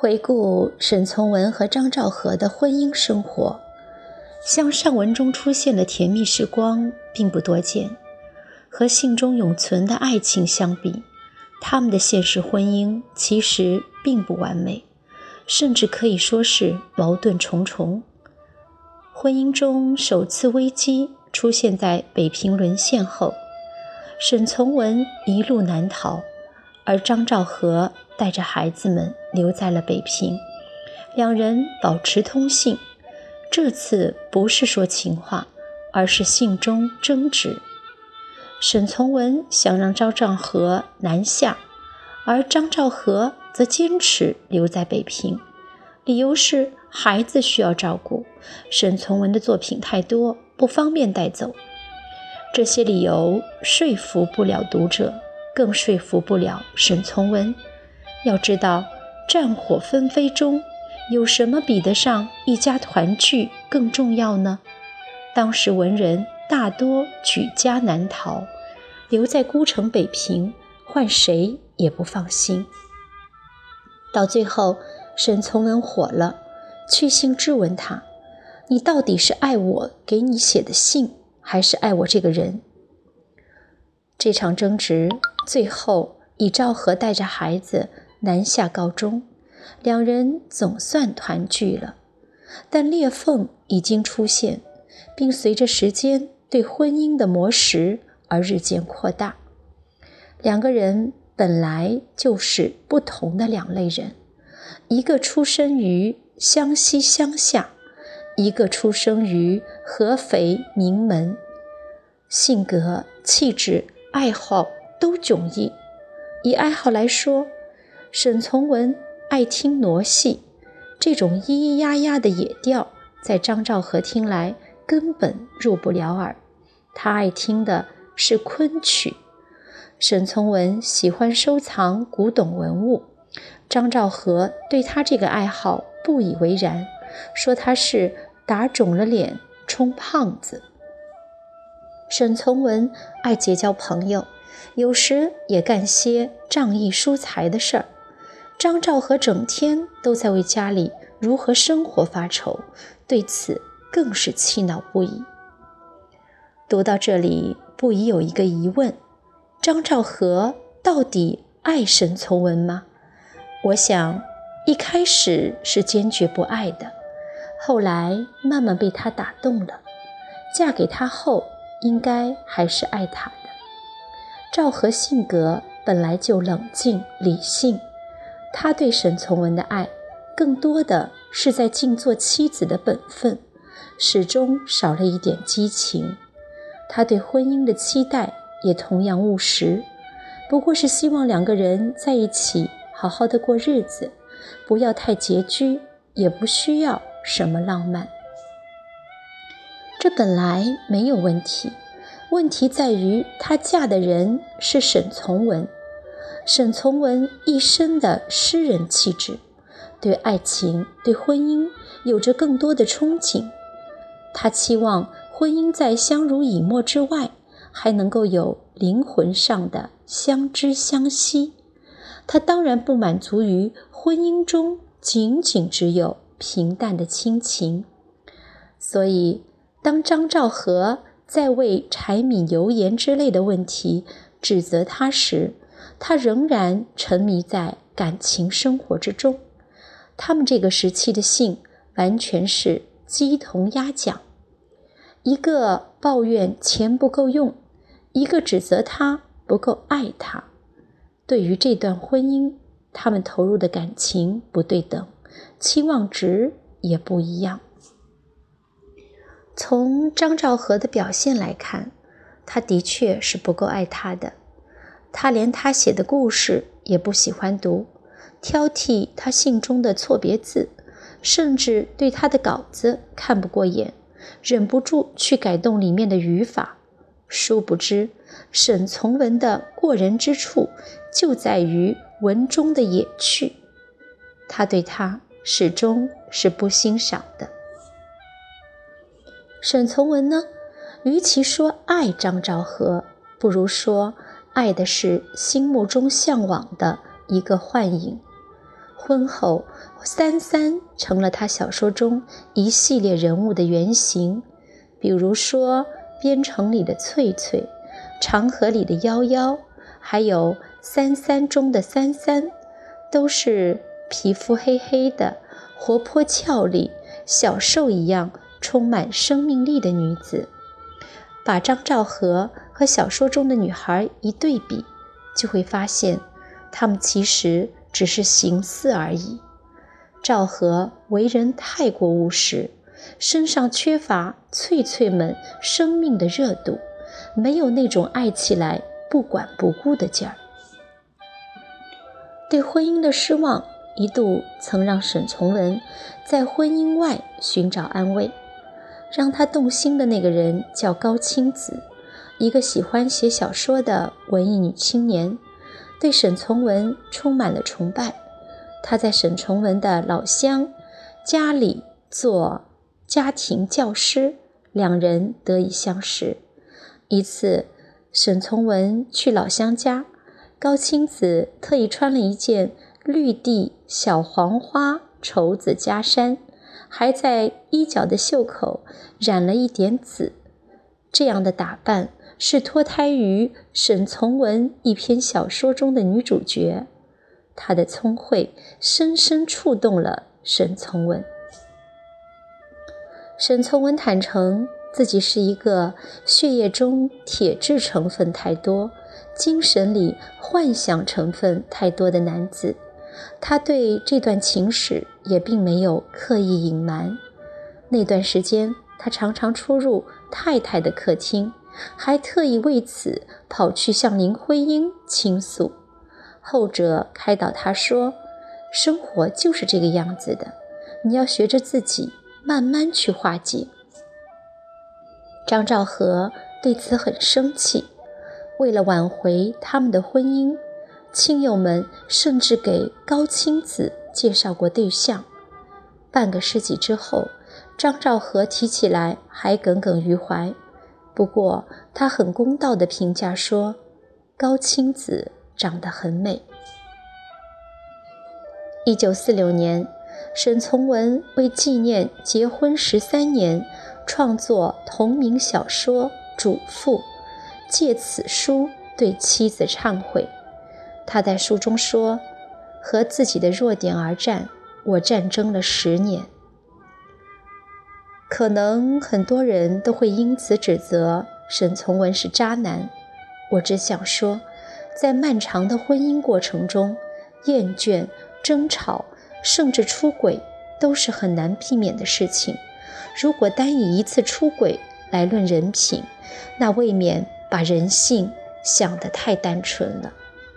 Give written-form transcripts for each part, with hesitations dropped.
回顾沈从文和张兆和的婚姻生活，像上文中出现的甜蜜时光并不多见，和信中永存的爱情相比，他们的现实婚姻其实并不完美，甚至可以说是矛盾重重。婚姻中首次危机出现在北平沦陷后，沈从文一路难逃，而张兆和带着孩子们留在了北平，两人保持通信。这次不是说情话，而是信中争执。沈从文想让张兆和南下，而张兆和则坚持留在北平，理由是孩子需要照顾，沈从文的作品太多，不方便带走。这些理由说服不了读者，更说服不了沈从文。要知道，战火纷飞中，有什么比得上一家团聚更重要呢？当时文人大多举家难逃，留在孤城北平，换谁也不放心。到最后，沈从文火了，去信质问他：你到底是爱我给你写的信，还是爱我这个人？这场争执最后以赵和带着孩子南下告终，两人总算团聚了。但裂缝已经出现，并随着时间对婚姻的磨蚀而日渐扩大。两个人本来就是不同的两类人，一个出生于湘西乡下，一个出生于合肥名门，性格、气质、爱好都迥异。以爱好来说，沈从文爱听傩戏，这种咿咿呀呀的野调在张兆和听来根本入不了耳，他爱听的是昆曲。沈从文喜欢收藏古董文物，张兆和对他这个爱好不以为然，说他是打肿了脸充胖子。沈从文爱结交朋友，有时也干些仗义疏财的事儿。张兆和整天都在为家里如何生活发愁，对此更是气恼不已。读到这里，不疑有一个疑问：张兆和到底爱沈从文吗？我想一开始是坚决不爱的，后来慢慢被他打动了，嫁给他后应该还是爱他的。赵和性格本来就冷静理性，他对沈从文的爱更多的是在尽做妻子的本分，始终少了一点激情。他对婚姻的期待也同样务实，不过是希望两个人在一起好好的过日子，不要太拮据，也不需要什么浪漫。这本来没有问题，问题在于她嫁的人是沈从文。沈从文一身的诗人气质，对爱情对婚姻有着更多的憧憬。他期望婚姻在相濡以沫之外，还能够有灵魂上的相知相惜。他当然不满足于婚姻中仅仅只有平淡的亲情。所以当张兆和在为柴米油盐之类的问题指责他时，他仍然沉迷在感情生活之中。他们这个时期的信完全是鸡同鸭讲，一个抱怨钱不够用，一个指责他不够爱他。对于这段婚姻，他们投入的感情不对等，期望值也不一样。从张兆和的表现来看，他的确是不够爱他的。他连他写的故事也不喜欢读，挑剔他信中的错别字，甚至对他的稿子看不过眼，忍不住去改动里面的语法。殊不知，沈从文的过人之处就在于文中的野趣，他对他始终是不欣赏的。沈从文呢，与其说爱张兆和，不如说爱的是心目中向往的一个幻影。 婚后，三三成了他小说中一系列人物的原型，比如说边城里的翠翠，长河里的夭夭，还有三三中的三三，都是皮肤黑黑的，活泼俏丽，小兽一样充满生命力的女子。把张兆和和小说中的女孩一对比，就会发现她们其实只是形似而已。兆和为人太过务实，身上缺乏翠翠们生命的热度，没有那种爱起来不管不顾的劲儿。对婚姻的失望一度曾让沈从文在婚姻外寻找安慰。让他动心的那个人叫高清子，一个喜欢写小说的文艺女青年，对沈从文充满了崇拜。她在沈从文的老乡家里做家庭教师，两人得以相识。一次，沈从文去老乡家，高清子特意穿了一件绿地小黄花绸子夹衫，还在衣角的袖口染了一点紫。这样的打扮是脱胎于沈从文一篇小说中的女主角，她的聪慧深深触动了沈从文。沈从文坦诚自己是一个血液中铁质成分太多，精神里幻想成分太多的男子。他对这段情史也并没有刻意隐瞒。那段时间，他常常出入太太的客厅，还特意为此跑去向林徽因倾诉。后者开导他说，生活就是这个样子的，你要学着自己慢慢去化解。张兆和对此很生气，为了挽回他们的婚姻，亲友们甚至给高清子介绍过对象。半个世纪之后，张兆和提起来还耿耿于怀，不过他很公道地评价说，高清子长得很美。1946年，沈从文为纪念结婚13年，创作同名小说《主妇》，借此书对妻子忏悔。他在书中说，和自己的弱点而战，我战争了10年。可能很多人都会因此指责沈从文是渣男，我只想说，在漫长的婚姻过程中，厌倦、争吵，甚至出轨都是很难避免的事情。如果单以一次出轨来论人品，那未免把人性想得太单纯了。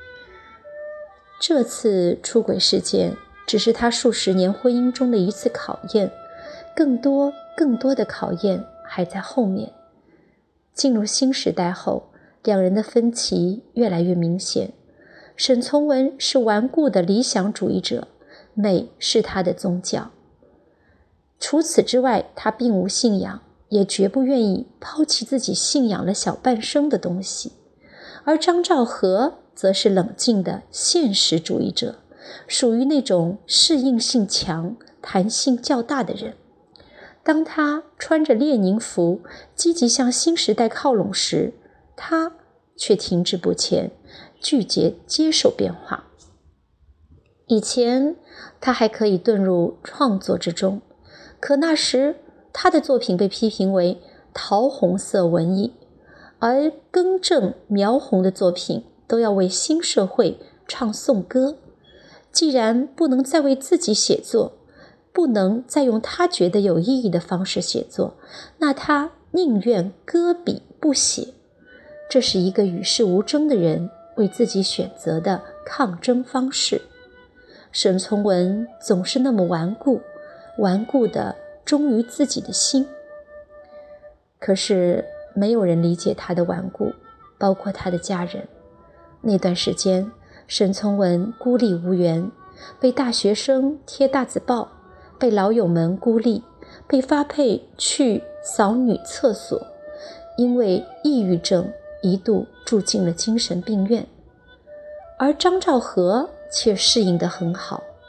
这次出轨事件只是他数十年婚姻中的一次考验，更多的考验还在后面。进入新时代后，两人的分歧越来越明显。沈从文是顽固的理想主义者，美是他的宗教。除此之外，他并无信仰，也绝不愿意抛弃自己信仰了小半生的东西。而张兆和则是冷静的现实主义者，属于那种适应性强、弹性较大的人。当他穿着列宁服积极向新时代靠拢时，他却停滞不前，拒绝接受变化。以前他还可以遁入创作之中，可那时他的作品被批评为桃红色文艺，而更正描红的作品都要为新社会唱颂歌。既然不能再为自己写作，不能再用他觉得有意义的方式写作，那他宁愿搁笔不写。这是一个与世无争的人为自己选择的抗争方式。沈从文总是那么顽固地忠于自己的心。可是没有人理解他的顽固，包括他的家人。那段时间，沈从文孤立无援，被大学生贴大字报，被老友们孤立，被发配去扫女厕所，因为抑郁症一度住进了精神病院。而张兆和却适应得很好，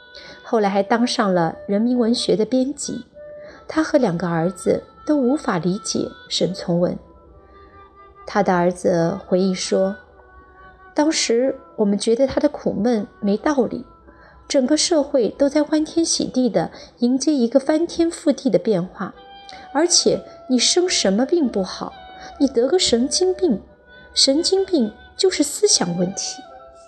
后来还当上了人民文学的编辑。他和2个儿子都无法理解沈从文。他的儿子回忆说，当时我们觉得他的苦闷没道理，整个社会都在欢天喜地地迎接一个翻天覆地的变化，而且你生什么病不好，你得个神经病，神经病就是思想问题。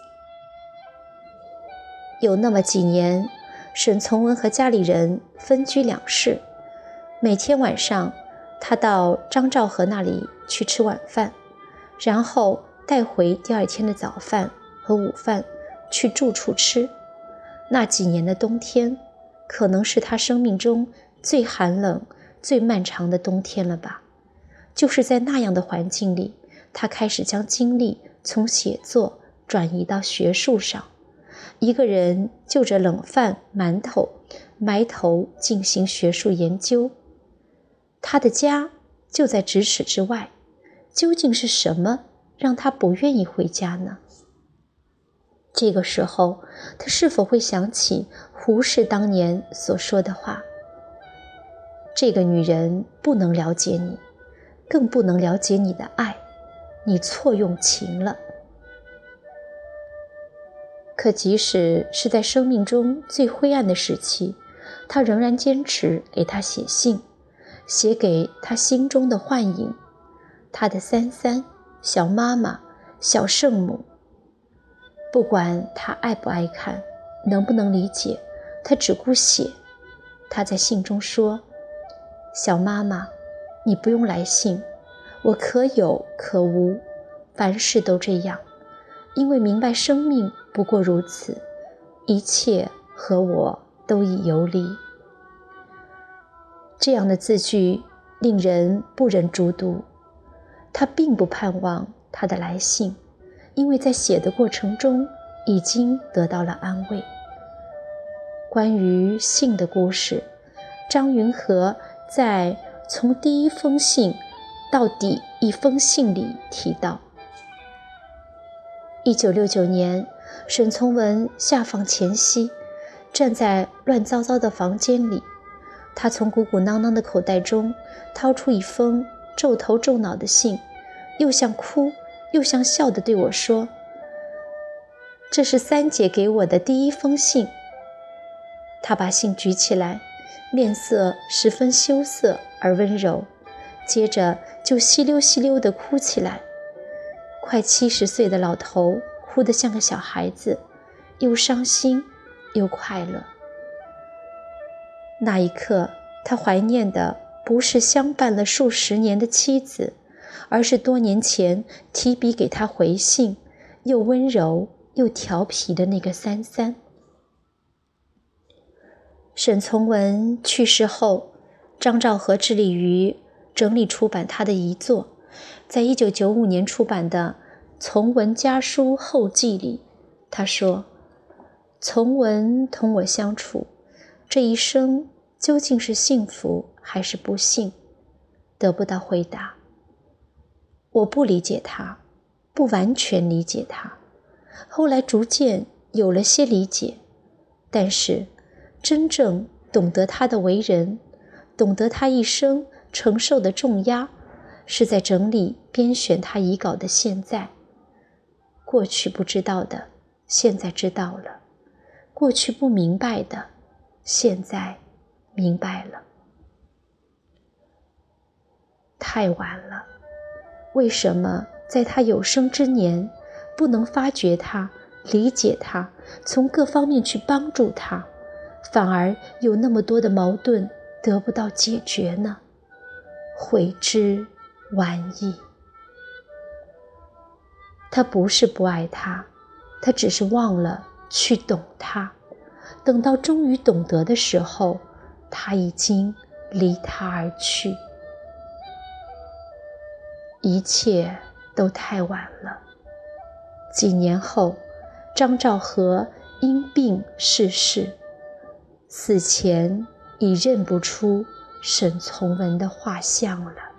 有那么几年，沈从文和家里人分居两室，每天晚上他到张兆和那里去吃晚饭，然后带回第2天的早饭和午饭去住处吃。那几年的冬天，可能是他生命中最寒冷、最漫长的冬天了吧。就是在那样的环境里，他开始将精力从写作转移到学术上，一个人就着冷饭馒头埋头进行学术研究。他的家就在咫尺之外，究竟是什么让他不愿意回家呢？这个时候，他是否会想起胡适当年所说的话：这个女人不能了解你，更不能了解你的爱，你错用情了。可即使是在生命中最灰暗的时期，他仍然坚持给他写信，写给他心中的幻影，他的三三、小妈妈、小圣母。不管他爱不爱看，能不能理解，他只顾写。他在信中说：小妈妈，你不用来信，我可有可无，凡事都这样，因为明白生命不过如此，一切和我都已游离。这样的字句令人不忍卒读。他并不盼望他的来信，因为在写的过程中已经得到了安慰。关于信的故事，张云和在从第一封信到第一封信里提到，1969年，沈从文下放前夕，站在乱糟糟的房间里，他从鼓鼓囊囊的口袋中掏出一封皱头皱脑的信，又像哭又像笑地对我说：这是三姐给我的第一封信。他把信举起来，面色十分羞涩而温柔，接着就稀溜稀溜地哭起来。快70岁的老头哭得像个小孩子，又伤心又快乐。那一刻，他怀念的不是相伴了数十年的妻子，而是多年前提笔给他回信，又温柔又调皮的那个三三。沈从文去世后，张兆和致力于整理出版他的遗作，在1995年出版的《从文家书后记》里，他说：从文同我相处，这一生究竟是幸福还是不幸，得不到回答。我不理解他，不完全理解他，后来逐渐有了些理解，但是真正懂得他的为人，懂得他一生承受的重压，是在整理编选他遗稿的现在。过去不知道的，现在知道了；过去不明白的，现在明白了。太晚了，为什么在他有生之年不能发觉他，理解他，从各方面去帮助他，反而有那么多的矛盾得不到解决呢？悔之晚矣。他不是不爱他，他只是忘了去懂他。等到终于懂得的时候，他已经离他而去。一切都太晚了。几年后，张兆和因病逝世，死前已认不出沈从文的画像了。